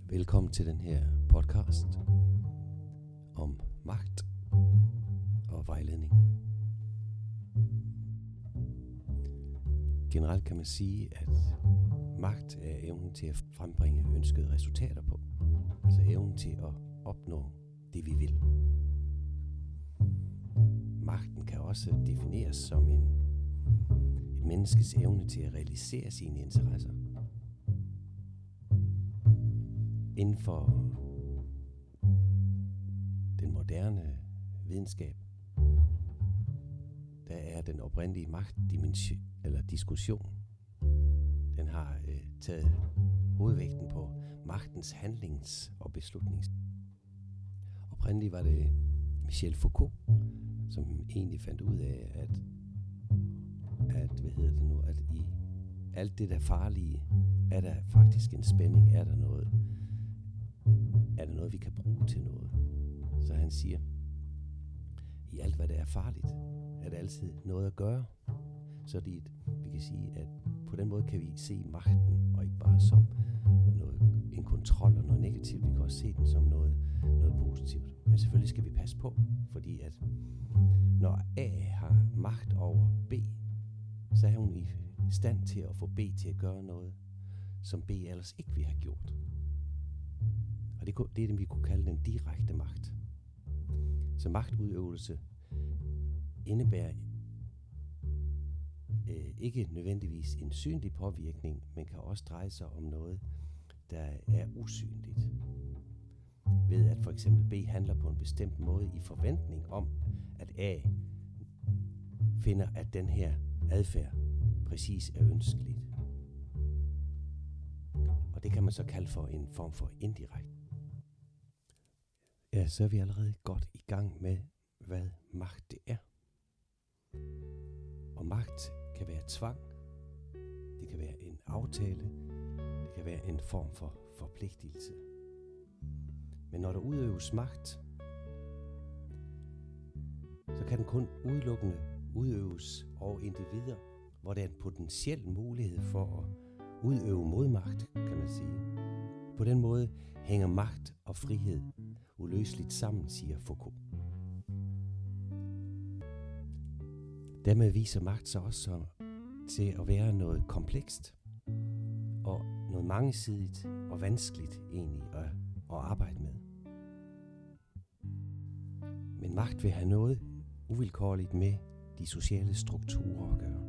Velkommen til den her podcast om magt og vejledning. Generelt kan man sige, at magt er evnen til at frembringe ønskede resultater på. Altså evnen til at opnå det, vi vil. Magten kan også defineres som et menneskes evne til at realisere sine interesser. Inden for den moderne videnskab, der er den oprindelige magtdimension eller diskussion. Den har taget hovedvægten på magtens handlings- og beslutnings. Oprindeligt var det Michel Foucault, som egentlig fandt ud af, at i alt det der farlige, er der faktisk en spænding, er der noget, vi kan bruge til noget. Så han siger, i alt hvad der er farligt, er der altid noget at gøre. Så vi kan sige, at på den måde kan vi se magten, og ikke bare som en kontrol og noget negativt. Vi kan også se den som noget positivt. Men selvfølgelig skal vi passe på, fordi at når A har magt over B, så er hun i stand til at få B til at gøre noget, som B ellers ikke ville have gjort. Og det er det, vi kunne kalde den direkte magt. Så magtudøvelse indebærer ikke nødvendigvis en synlig påvirkning, men kan også dreje sig om noget, der er usynligt. Ved at for eksempel B handler på en bestemt måde i forventning om, at A finder, at den her adfærd præcis er ønskeligt. Og det kan man så kalde for en form for indirekte. Ja, så er vi allerede godt i gang med, hvad magt det er. Og magt kan være tvang, det kan være en aftale, det kan være en form for forpligtelse. Men når der udøves magt, så kan den kun udelukkende udøves over individer, hvor der er en potentiel mulighed for at udøve modmagt, kan man sige. På den måde hænger magt og frihed uløseligt sammen, siger Foucault. Dermed viser magt sig også til at være noget komplekst og noget mangesidigt og vanskeligt egentlig at arbejde med. Men magt vil have noget uvilkårligt med de sociale strukturer at gøre.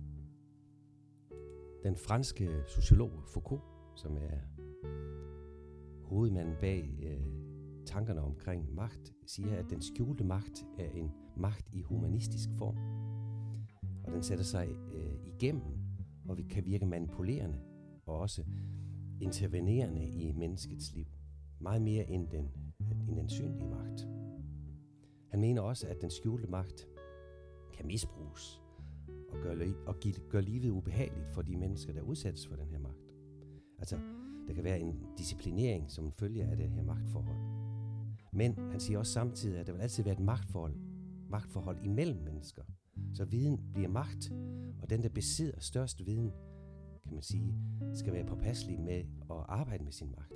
Den franske sociolog Foucault, som er hovedmanden bag tankerne omkring magt, siger, at den skjulte magt er en magt i humanistisk form. Og den sætter sig igennem, og kan virke manipulerende og også intervenerende i menneskets liv. Meget mere end den synlige magt. Han mener også, at den skjulte magt kan misbruges og gøre livet ubehageligt for de mennesker, der udsættes for den her magt. Altså, der kan være en disciplinering som følge af det her magtforhold. Men han siger også samtidig, at der vil altid være et magtforhold imellem mennesker. Så viden bliver magt, og den, der besidder størst viden, kan man sige, skal være påpasselig med at arbejde med sin magt.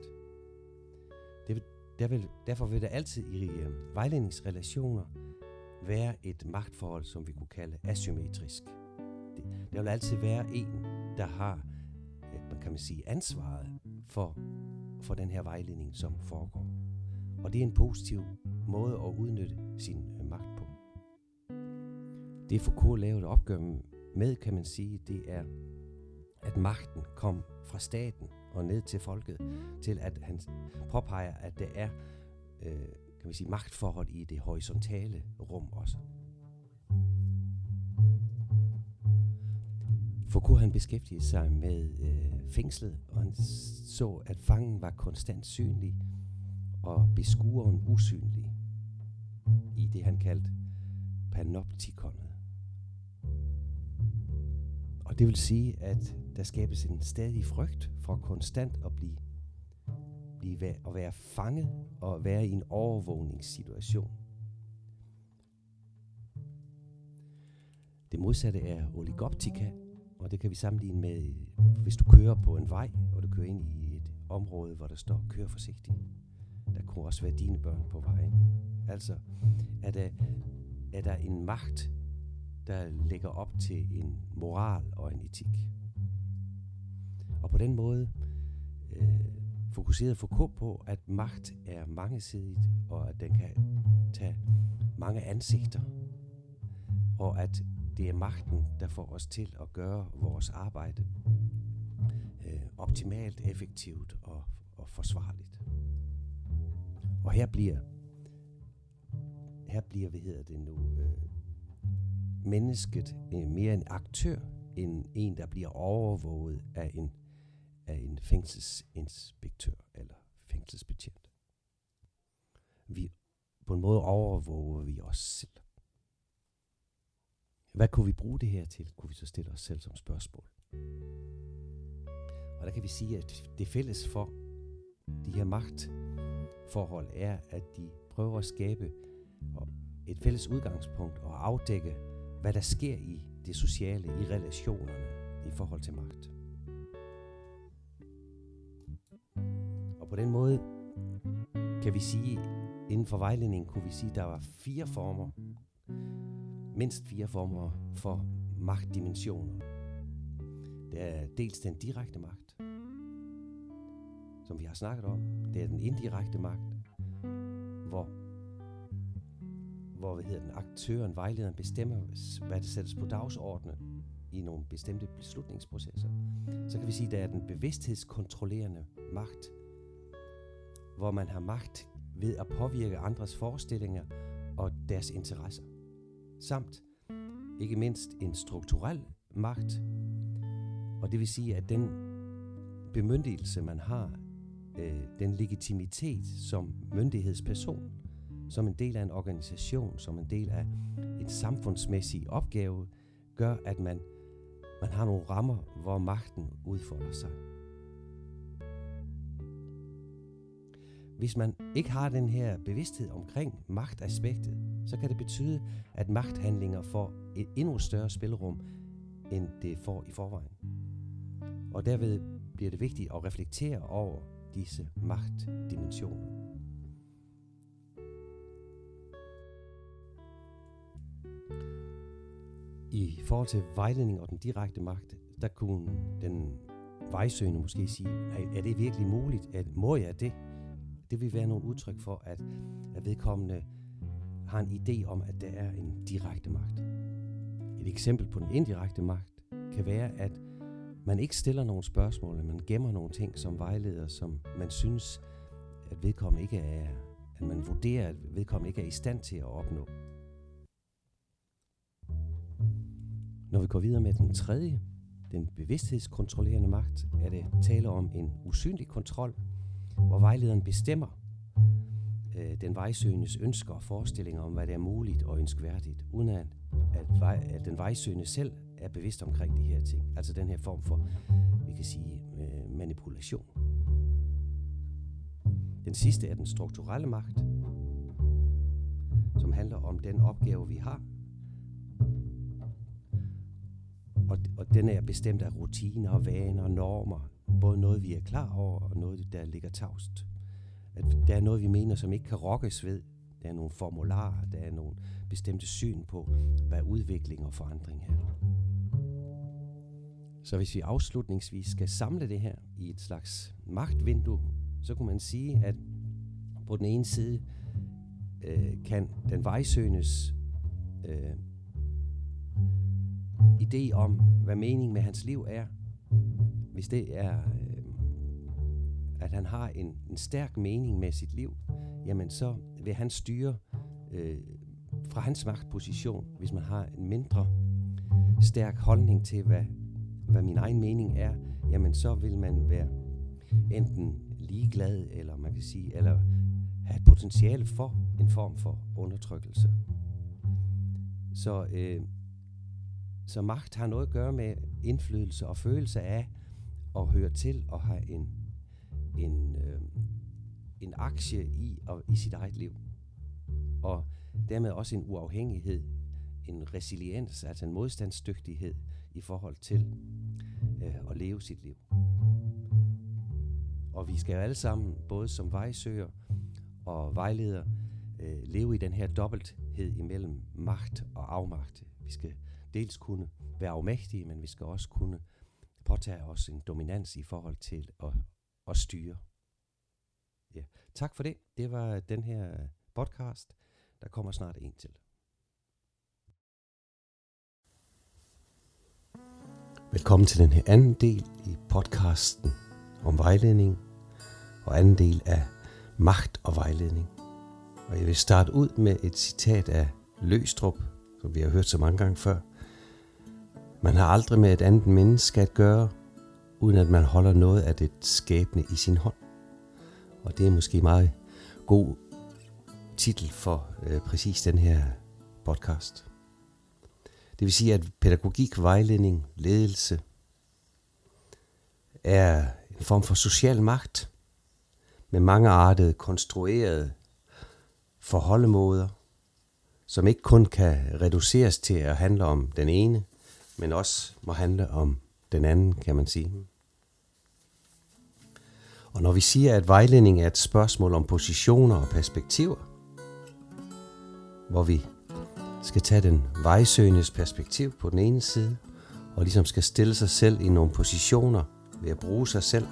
Derfor vil der altid i vejledningsrelationer være et magtforhold, som vi kunne kalde asymmetrisk. Der vil altid være en, der har, kan man sige, ansvaret for den her vejledning, som foregår. Og det er en positiv måde at udnytte sin magt på. Det Foucault lavede et opgør med, kan man sige, det er, at magten kom fra staten og ned til folket, til at han påpeger, at der er kan man sige, magtforhold i det horisontale rum også. Foucault han beskæftigede sig med fængslet, og han så, at fangen var konstant synlig, og beskueren usynlig, i det han kaldte panoptikonet. Og det vil sige, at der skabes en stadig frygt for konstant at at være fanget og være i en overvågningssituation. Det modsatte er oligoptika, og det kan vi sammenligne med, hvis du kører på en vej, og du kører ind i et område, hvor der står, kør forsigtigt. Der kunne også være dine børn på vej. Altså, er der en magt, der lægger op til en moral og en etik. Og på den måde fokuserede Foucault på, at magt er mangesidigt, og at den kan tage mange ansigter, og at det er magten, der får os til at gøre vores arbejde optimalt, effektivt og forsvarligt. Og her bliver mennesket mere en aktør, end en, der bliver overvåget af en fængselsinspektør eller fængselsbetjent. På en måde overvåger vi os selv. Hvad kunne vi bruge det her til? Kunne vi så stille os selv som spørgsmål? Og der kan vi sige, at det fælles for de her magtforhold er, at de prøver at skabe et fælles udgangspunkt og afdække, hvad der sker i det sociale, i relationerne i forhold til magt. Og på den måde kan vi sige, inden for vejledningen kunne vi sige, at der var mindst fire former for magtdimensioner. Der er dels den direkte magt, som vi har snakket om. Det er den indirekte magt, hvor aktøren, vejlederen bestemmer, hvad der sættes på dagsordenen i nogle bestemte beslutningsprocesser. Så kan vi sige, at der er den bevidsthedskontrollerende magt, hvor man har magt ved at påvirke andres forestillinger og deres interesser. Samt ikke mindst en strukturel magt, og det vil sige, at den bemyndigelse, man har, den legitimitet som myndighedsperson, som en del af en organisation, som en del af en samfundsmæssig opgave, gør, at man har nogle rammer, hvor magten udfolder sig. Hvis man ikke har den her bevidsthed omkring magtaspektet, så kan det betyde, at magthandlinger får et endnu større spillerum, end det får i forvejen. Og derved bliver det vigtigt at reflektere over disse magtdimensioner. I forhold til vejledning og den direkte magt, der kunne den vejsøgende måske sige, er det virkelig muligt? Må jeg det? Det vil være nogle udtryk for, at vedkommende har en idé om, at der er en direkte magt. Et eksempel på den indirekte magt kan være, at man ikke stiller nogle spørgsmål, man gemmer nogle ting som vejleder, som man synes, at vedkommende ikke er, at man vurderer, at vedkommende ikke er i stand til at opnå. Når vi går videre med den tredje, den bevidsthedskontrollerende magt, er det tale om en usynlig kontrol, hvor vejlederen bestemmer den vejsøgendes ønsker og forestillinger om, hvad der er muligt og ønskværdigt, uden at den vejsøgende selv er bevidst omkring de her ting. Altså den her form for, vi kan sige, manipulation. Den sidste er den strukturelle magt, som handler om den opgave, vi har. Og den er bestemt af rutiner, vaner, normer. Både noget, vi er klar over, og noget, der ligger tavst. At der er noget, vi mener, som ikke kan rokkes ved. Der er nogle formularer, der er nogle bestemte syn på, hvad udvikling og forandring er. Så hvis vi afslutningsvis skal samle det her i et slags magtvindue, så kunne man sige, at på den ene side kan den vejsøgendes idé om, hvad meningen med hans liv er, hvis det er, at han har en stærk mening med sit liv, jamen så vil han styre fra hans magtposition. Hvis man har en mindre stærk holdning til, hvad min egen mening er, jamen så vil man være enten ligeglad, eller man kan sige, eller have et potentiale for en form for undertrykkelse. Så magt har noget at gøre med indflydelse og følelse af at høre til og have en aktie i sit eget liv. Og dermed også en uafhængighed, en resiliens, altså en modstandsdygtighed i forhold til at leve sit liv. Og vi skal jo alle sammen, både som vejsøger og vejleder, leve i den her dobbelthed imellem magt og afmagt. Vi skal dels kunne være afmægtige, men vi skal også kunne påtage os en dominans i forhold til at styre. Ja. Tak for det. Det var den her podcast. Der kommer snart en til. Velkommen til den her anden del i podcasten om vejledning, og anden del af magt og vejledning. Og jeg vil starte ud med et citat af Løgstrup, som vi har hørt så mange gange før. Man har aldrig med et andet menneske at gøre, uden at man holder noget af det skæbne i sin hånd. Og det er måske meget god titel for præcis den her podcast. Det vil sige, at pædagogik, vejledning, ledelse er en form for social magt med mangeartede, konstruerede forholdemåder, som ikke kun kan reduceres til at handle om den ene, men også må handle om den anden, kan man sige. Og når vi siger, at vejledning er et spørgsmål om positioner og perspektiver, hvor vi skal tage den vejsøgendes perspektiv på den ene side, og ligesom skal stille sig selv i nogle positioner ved at bruge sig selv,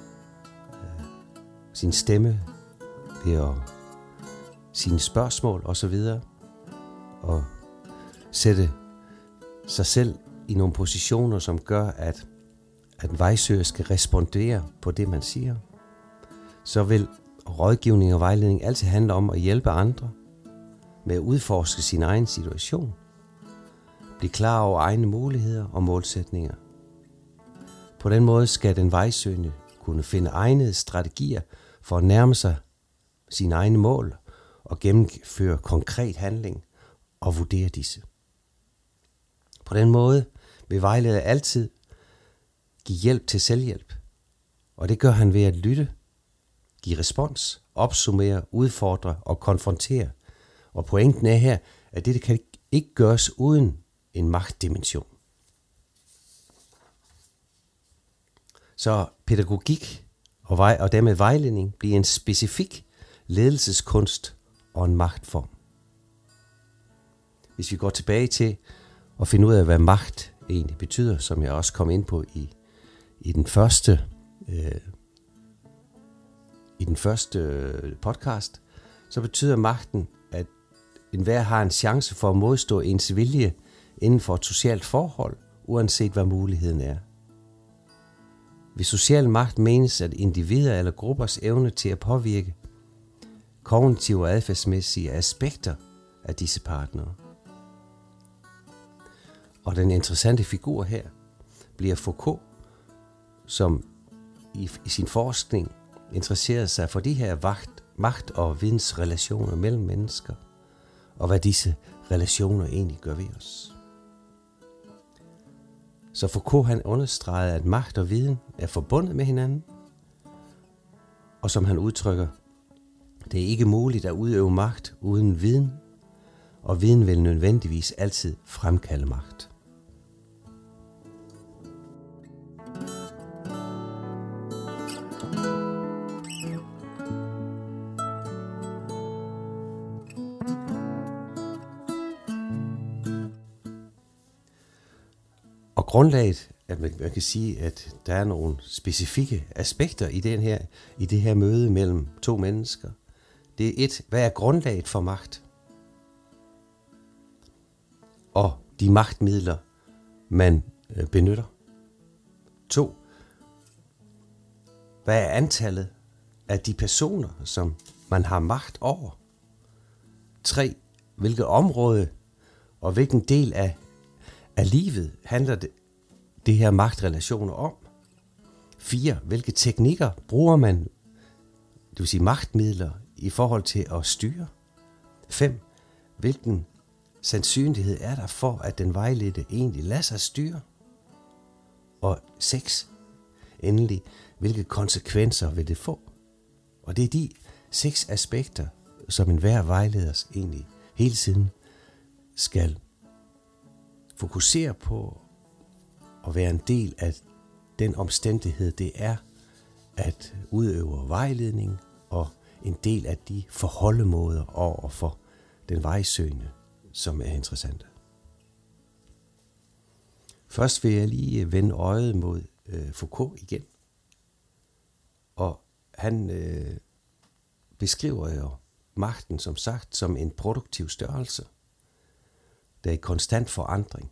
sin stemme, ved at sine spørgsmål osv., og sætte sig selv i nogle positioner, som gør, at vejsøger skal respondere på det, man siger, så vil rådgivning og vejledning altid handle om at hjælpe andre med at udforske sin egen situation, blive klar over egne muligheder og målsætninger. På den måde skal den vejsøgende kunne finde egnede strategier for at nærme sig sine egne mål og gennemføre konkret handling og vurdere disse. På den måde vil vejleder altid give hjælp til selvhjælp, og det gør han ved at lytte, give respons, opsummere, udfordre og konfrontere. Og pointen er her, at det kan ikke gøres uden en magtdimension. Så pædagogik og dermed vejledning bliver en specifik ledelseskunst og en magtform. Hvis vi går tilbage til at finde ud af, hvad magt egentlig betyder, som jeg også kom ind på i den første podcast, så betyder magten, at enhver har en chance for at modstå ens vilje inden for et socialt forhold, uanset hvad muligheden er. Ved social magt menes, at individer eller gruppers evne til at påvirke kognitive og adfærdsmæssige aspekter af disse partnere. Og den interessante figur her bliver Foucault, som i sin forskning interesserede sig for de her magt- og vidensrelationer mellem mennesker, og hvad disse relationer egentlig gør ved os. Så Foucault han understregede, at magt og viden er forbundet med hinanden, og som han udtrykker, det er ikke muligt at udøve magt uden viden, og viden vil nødvendigvis altid fremkalde magt. Og grundlaget, at man kan sige, at der er nogle specifikke aspekter i det her møde mellem to mennesker. Det er hvad er grundlaget for magt? Og de magtmidler, man benytter. 2. Hvad er antallet af de personer, som man har magt over? 3. Hvilket område og hvilken del af livet handler det her magtrelationer om? 4. Hvilke teknikker bruger man, det vil sige magtmidler, i forhold til at styre? 5. Hvilken sandsynlighed er der for, at den vejledte egentlig lader sig styre? Og 6. Endelig, hvilke konsekvenser vil det få? Og det er de 6 aspekter, som enhver vejleder egentlig hele tiden skal fokusere på at være en del af den omstændighed, det er at udøve vejledning og en del af de forholdemåder over for den vejsøgende, som er interessante. Først vil jeg lige vende øjet mod Foucault igen. Og han beskriver jo magten, som sagt, som en produktiv størrelse, der er i konstant forandring.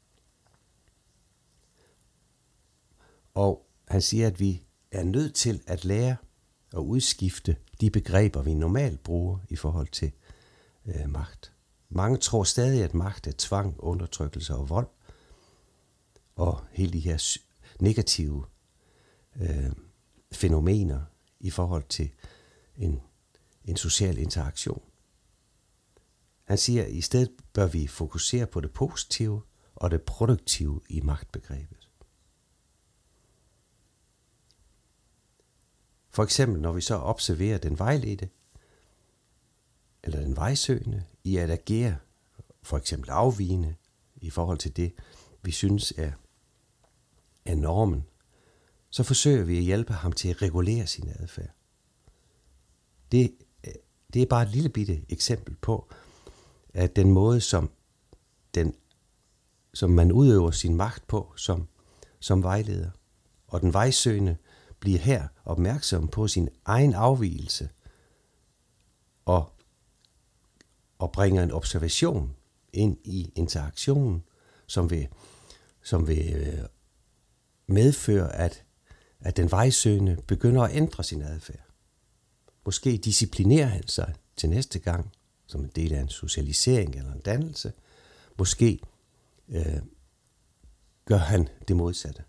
Og han siger, at vi er nødt til at lære at udskifte de begreber, vi normalt bruger i forhold til magt. Mange tror stadig, at magt er tvang, undertrykkelse og vold, og hele de her negative fænomener i forhold til en social interaktion. Han siger, at i stedet bør vi fokusere på det positive og det produktive i magtbegrebet. For eksempel, når vi så observerer den vejledte, eller den vejsøgende, i at agere, for eksempel afvigende, i forhold til det, vi synes er normen, så forsøger vi at hjælpe ham til at regulere sin adfærd. Det er bare et lille bitte eksempel på, at den måde, som man udøver sin magt på som vejleder, og den vejsøgende bliver her opmærksom på sin egen afvigelse og bringer en observation ind i interaktionen, som vil medføre, at den vejsøgende begynder at ændre sin adfærd. Måske disciplinerer han sig til næste gang, som en del af en socialisering eller en dannelse. Måske gør han det modsatte.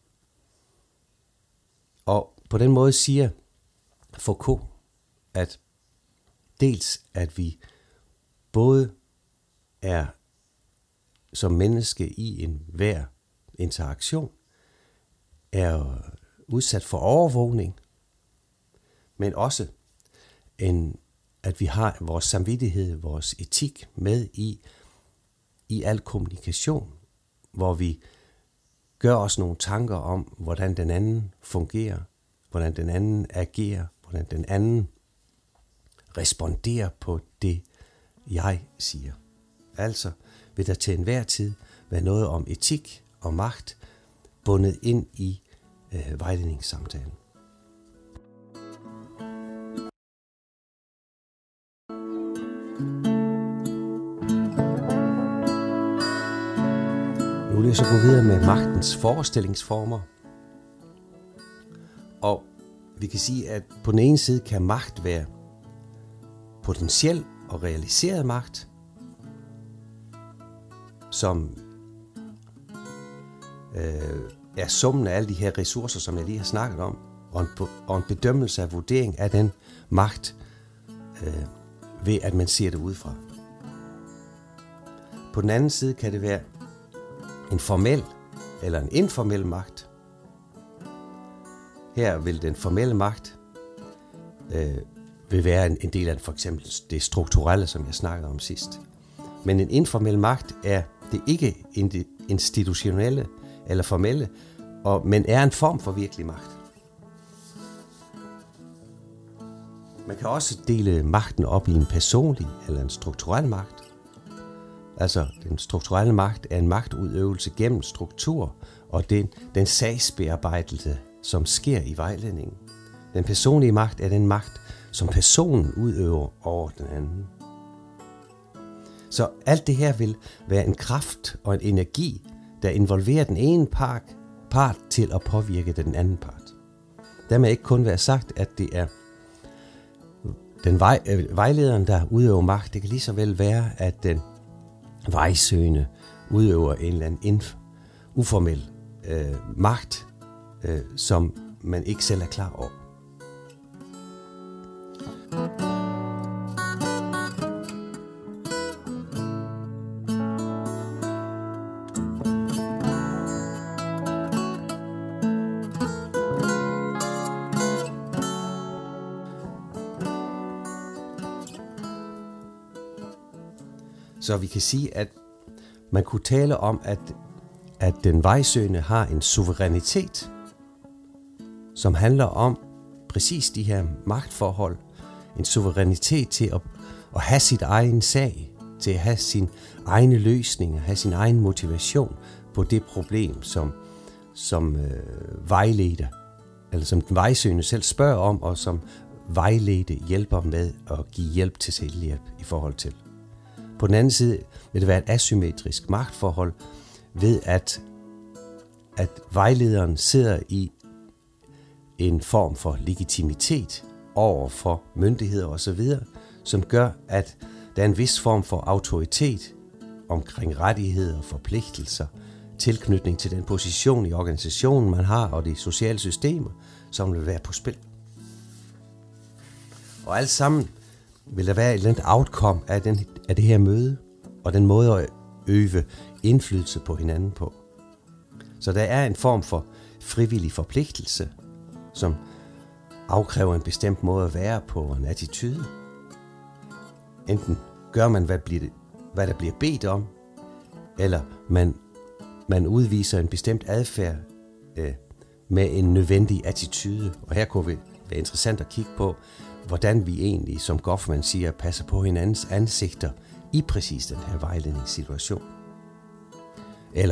Og på den måde siger Foucault, at dels at vi både er som menneske i enhver interaktion, er udsat for overvågning, men også at vi har vores samvittighed, vores etik med i al kommunikation, hvor vi gør os nogle tanker om, hvordan den anden fungerer, hvordan den anden agerer, hvordan den anden responderer på det, jeg siger. Altså vil der til enhver tid være noget om etik og magt bundet ind i vejledningssamtalen. Nu vil jeg så gå videre med magtens forestillingsformer. Og vi kan sige, at på den ene side kan magt være potentiel og realiseret magt, som er summen af alle de her ressourcer, som jeg lige har snakket om, og en bedømmelse af vurdering af den magt, ved at man ser det udefra. På den anden side kan det være en formel eller en informel magt. Her vil den formelle magt vil være en del af for eksempel det strukturelle, som jeg snakkede om sidst. Men en informel magt er det ikke institutionelle eller formelle, men er en form for virkelig magt. Man kan også dele magten op i en personlig eller en strukturel magt. Altså, den strukturelle magt er en magtudøvelse gennem struktur, og den sagsbearbejdelse, som sker i vejledningen. Den personlige magt er den magt, som personen udøver over den anden. Så alt det her vil være en kraft og en energi, der involverer den ene part til at påvirke den anden part. Dermed ikke kun være sagt, at det er den vejlederen, der udøver magt. Det kan lige så vel være, at den vejsøgende udøver en eller anden uformel magt, som man ikke selv er klar over. Så vi kan sige, at man kunne tale om, at den vejsøgende har en suverænitet, som handler om præcis de her magtforhold, en suverænitet til at have sit egen sag, til at have sin egne løsninger, have sin egen motivation på det problem, som vejleder, eller som den vejsøgende selv spørger om, og som vejledte hjælper med at give hjælp til selvhjælp i forhold til. På den anden side vil det være et asymmetrisk magtforhold ved, at vejlederen sidder i en form for legitimitet over for myndigheder osv., som gør, at der er en vis form for autoritet omkring rettigheder og forpligtelser, tilknytning til den position i organisationen, man har, og de sociale systemer, som vil være på spil. Og alt sammen vil der være et eller andet outcome af det her møde, og den måde at øve indflydelse på hinanden på. Så der er en form for frivillig forpligtelse, som afkræver en bestemt måde at være på, en attitude. Enten gør man, hvad der bliver bedt om, eller man udviser en bestemt adfærd med en nødvendig attitude. Og her kunne det være interessant at kigge på, hvordan vi egentlig, som Goffman siger, passer på hinandens ansigter i præcis den her vejledningssituation. Eller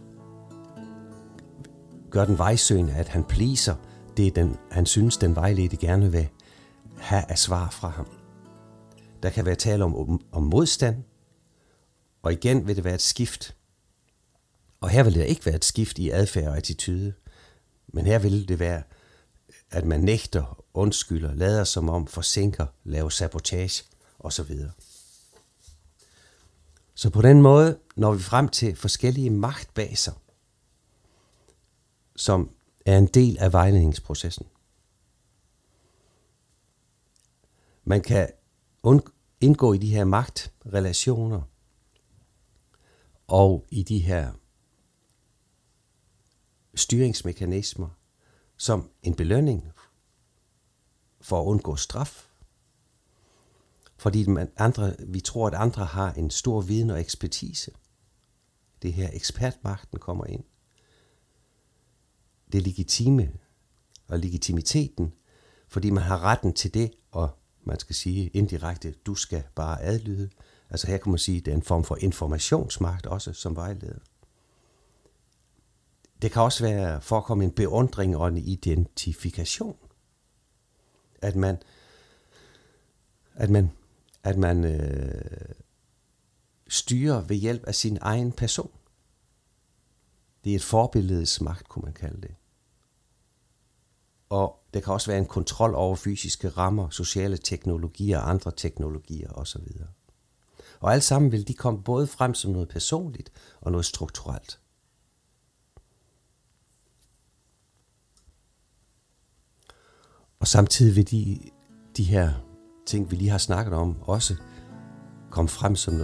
gør den vejsøgende, at han pleaser det, han synes, den vejledte gerne vil have af svar fra ham. Der kan være tale om modstand, og igen vil det være et skift. Og her vil det ikke være et skift i adfærd og attitude, men her vil det være, at man nægter, undskylder, lader som om, forsinker, laver sabotage osv. Så på den måde når vi frem til forskellige magtbaser, som er en del af vejledningsprocessen. Man kan indgå i de her magtrelationer og i de her styringsmekanismer som en belønning for at undgå straf. Fordi vi tror, at andre har en stor viden og ekspertise. Det her ekspertmagten kommer ind. Det legitime og legitimiteten, fordi man har retten til det, og man skal sige indirekte, du skal bare adlyde. Altså her kan man sige, at det er en form for informationsmagt også som vejleder. Det kan også forekomme en beundring og en identifikation. At man styrer ved hjælp af sin egen person. Det er et forbilledets magt, kunne man kalde det. Og det kan også være en kontrol over fysiske rammer, sociale teknologier og andre teknologier osv. Og alt sammen vil de komme både frem som noget personligt og noget strukturelt. Og samtidig vil de her ting, vi lige har snakket om, også komme frem som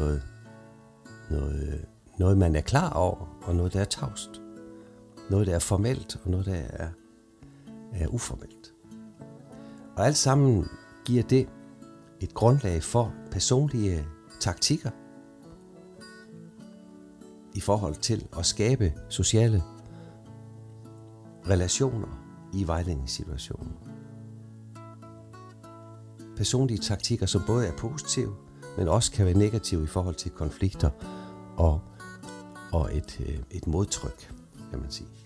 noget man er klar over, og noget, der er tavst. Noget, der er formelt, og noget, der er uformelt. Og alt sammen giver det et grundlag for personlige taktikker i forhold til at skabe sociale relationer i vejledningssituationen. Personlige taktikker, som både er positive, men også kan være negative i forhold til konflikter og et modtryk, kan man sige.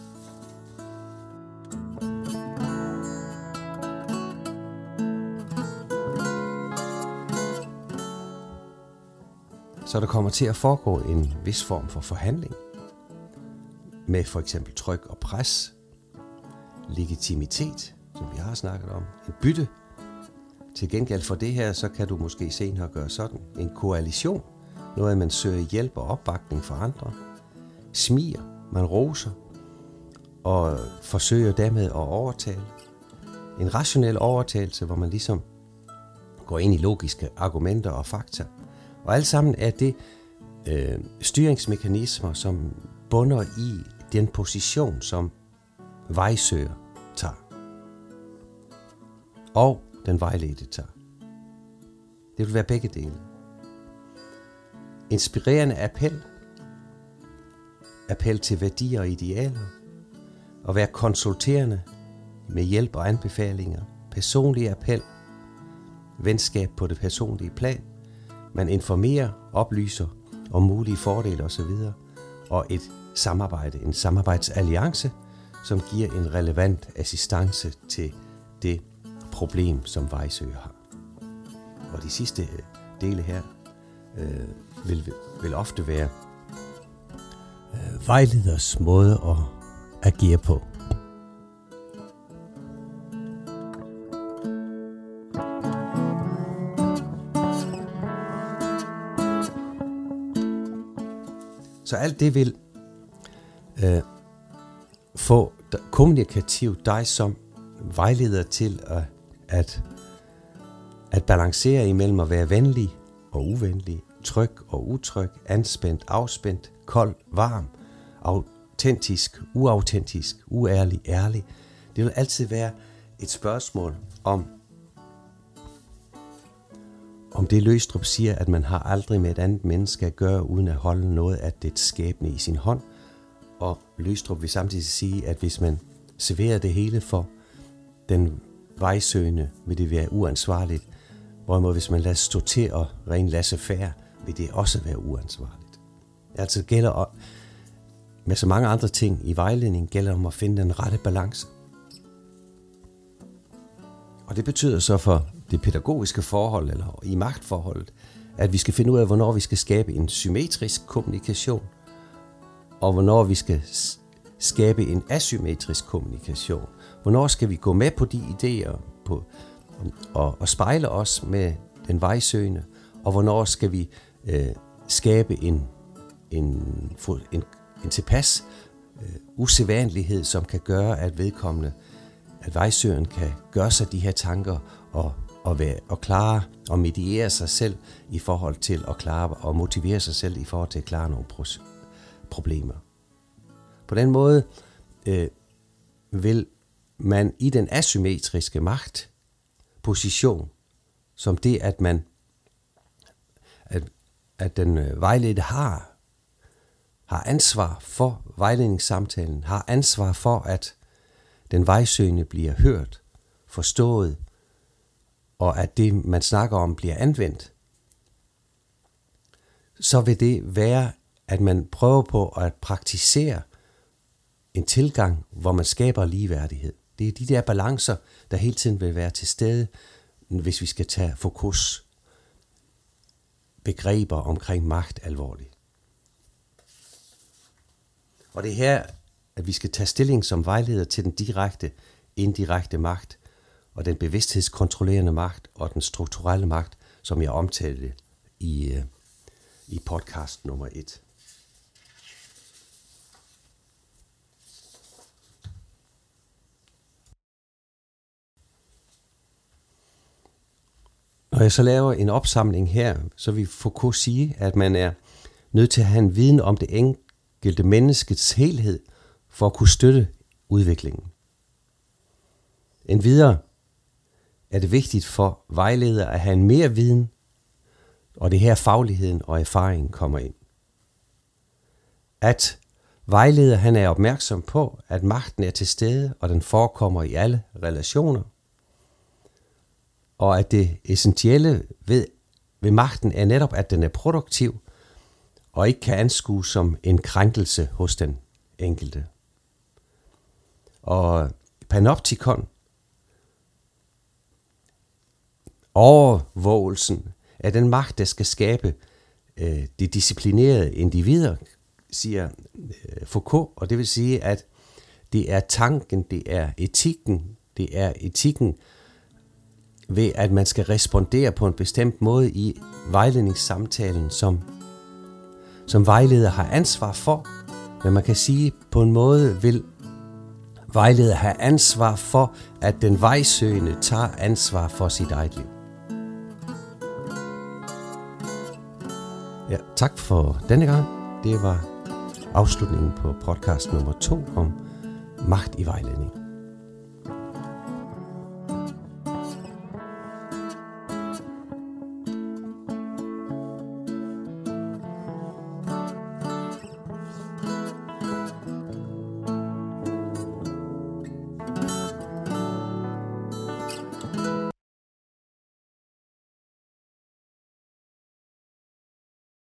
Så der kommer til at foregå en vis form for forhandling med for eksempel tryk og pres, legitimitet, som vi har snakket om, en bytte. Til gengæld for det her, så kan du måske senere gøre sådan. En koalition, noget man søger hjælp og opbakning fra andre. Smiger, man roser og forsøger dermed at overtale. En rationel overtagelse, hvor man ligesom går ind i logiske argumenter og fakta. Og alt sammen er det styringsmekanismer, som bunder i den position, som vejsøger tager. Og den vejledte tager. Det vil være begge dele. Inspirerende appel til værdier og idealer, og være konsulterende med hjælp og anbefalinger, personlig appel, venskab på det personlige plan. Man informerer, oplyser om mulige fordele osv. Og et samarbejde, en samarbejdsalliance, som giver en relevant assistance til det problem, som vejsøger har. Og de sidste dele her vil ofte være vejleders måde at agere på. Så alt det vil få kommunikativt dig som vejleder til at balancere imellem at være venlig og uvenlig, tryg og utryg, anspændt, afspændt, kold, varm, autentisk, uautentisk, uærlig, ærlig. Det vil altid være et spørgsmål om det Løgstrup siger, at man har aldrig med et andet menneske at gøre, uden at holde noget af det skæbne i sin hånd. Og Løgstrup vil samtidig sige, at hvis man serverer det hele for den vejsøgende, vil det være uansvarligt. Hvorimod hvis man lader stå til og ren laissez-faire, vil det også være uansvarligt. Altså gælder med så mange andre ting i vejledning, gælder om at finde den rette balance. Og det betyder så for det pædagogiske forhold, eller i magtforholdet, at vi skal finde ud af, hvornår vi skal skabe en symmetrisk kommunikation, og hvornår vi skal skabe en asymmetrisk kommunikation. Hvornår skal vi gå med på de idéer og spejle os med den vejsøgende, og hvornår skal vi skabe en tilpas usædvanlighed, som kan gøre, at at vejsøgeren kan gøre sig de her tanker og klare og mediere sig selv i forhold til at klare og motivere sig selv i forhold til at klare nogle problemer. På den måde vil man i den asymmetriske magtposition, som det at den vejledte har ansvar for vejledningssamtalen, har ansvar for, at den vejsøgende bliver hørt, forstået, og at det, man snakker om, bliver anvendt, så vil det være, at man prøver på at praktisere en tilgang, hvor man skaber ligeværdighed. Det er de der balancer, der hele tiden vil være til stede, hvis vi skal tage fokus begreber omkring magt alvorligt. Og det er her, at vi skal tage stilling som vejleder til den direkte, indirekte magt, og den bevidsthedskontrollerende magt, og den strukturelle magt, som jeg omtalte i podcast nummer 1. Når jeg så laver en opsamling her, så vil Foucault sige, at man er nødt til at have en viden om det enkelte menneskets helhed, for at kunne støtte udviklingen. Endvidere er det vigtigt for vejledere at have en mere viden, og det her fagligheden og erfaringen kommer ind. At vejleder han er opmærksom på, at magten er til stede, og den forekommer i alle relationer, og at det essentielle ved magten er netop, at den er produktiv, og ikke kan anskues som en krænkelse hos den enkelte. Og panoptikon, overvågelsen af den magt, der skal skabe de disciplinerede individer, siger Foucault, og det vil sige, at det er tanken, det er etikken ved, at man skal respondere på en bestemt måde i vejledningssamtalen, som vejleder har ansvar for, men man kan sige, på en måde vil vejleder have ansvar for, at den vejsøgende tager ansvar for sit eget liv. Ja, tak for denne gang. Det var afslutningen på podcast nummer 2 om magt i vejledning.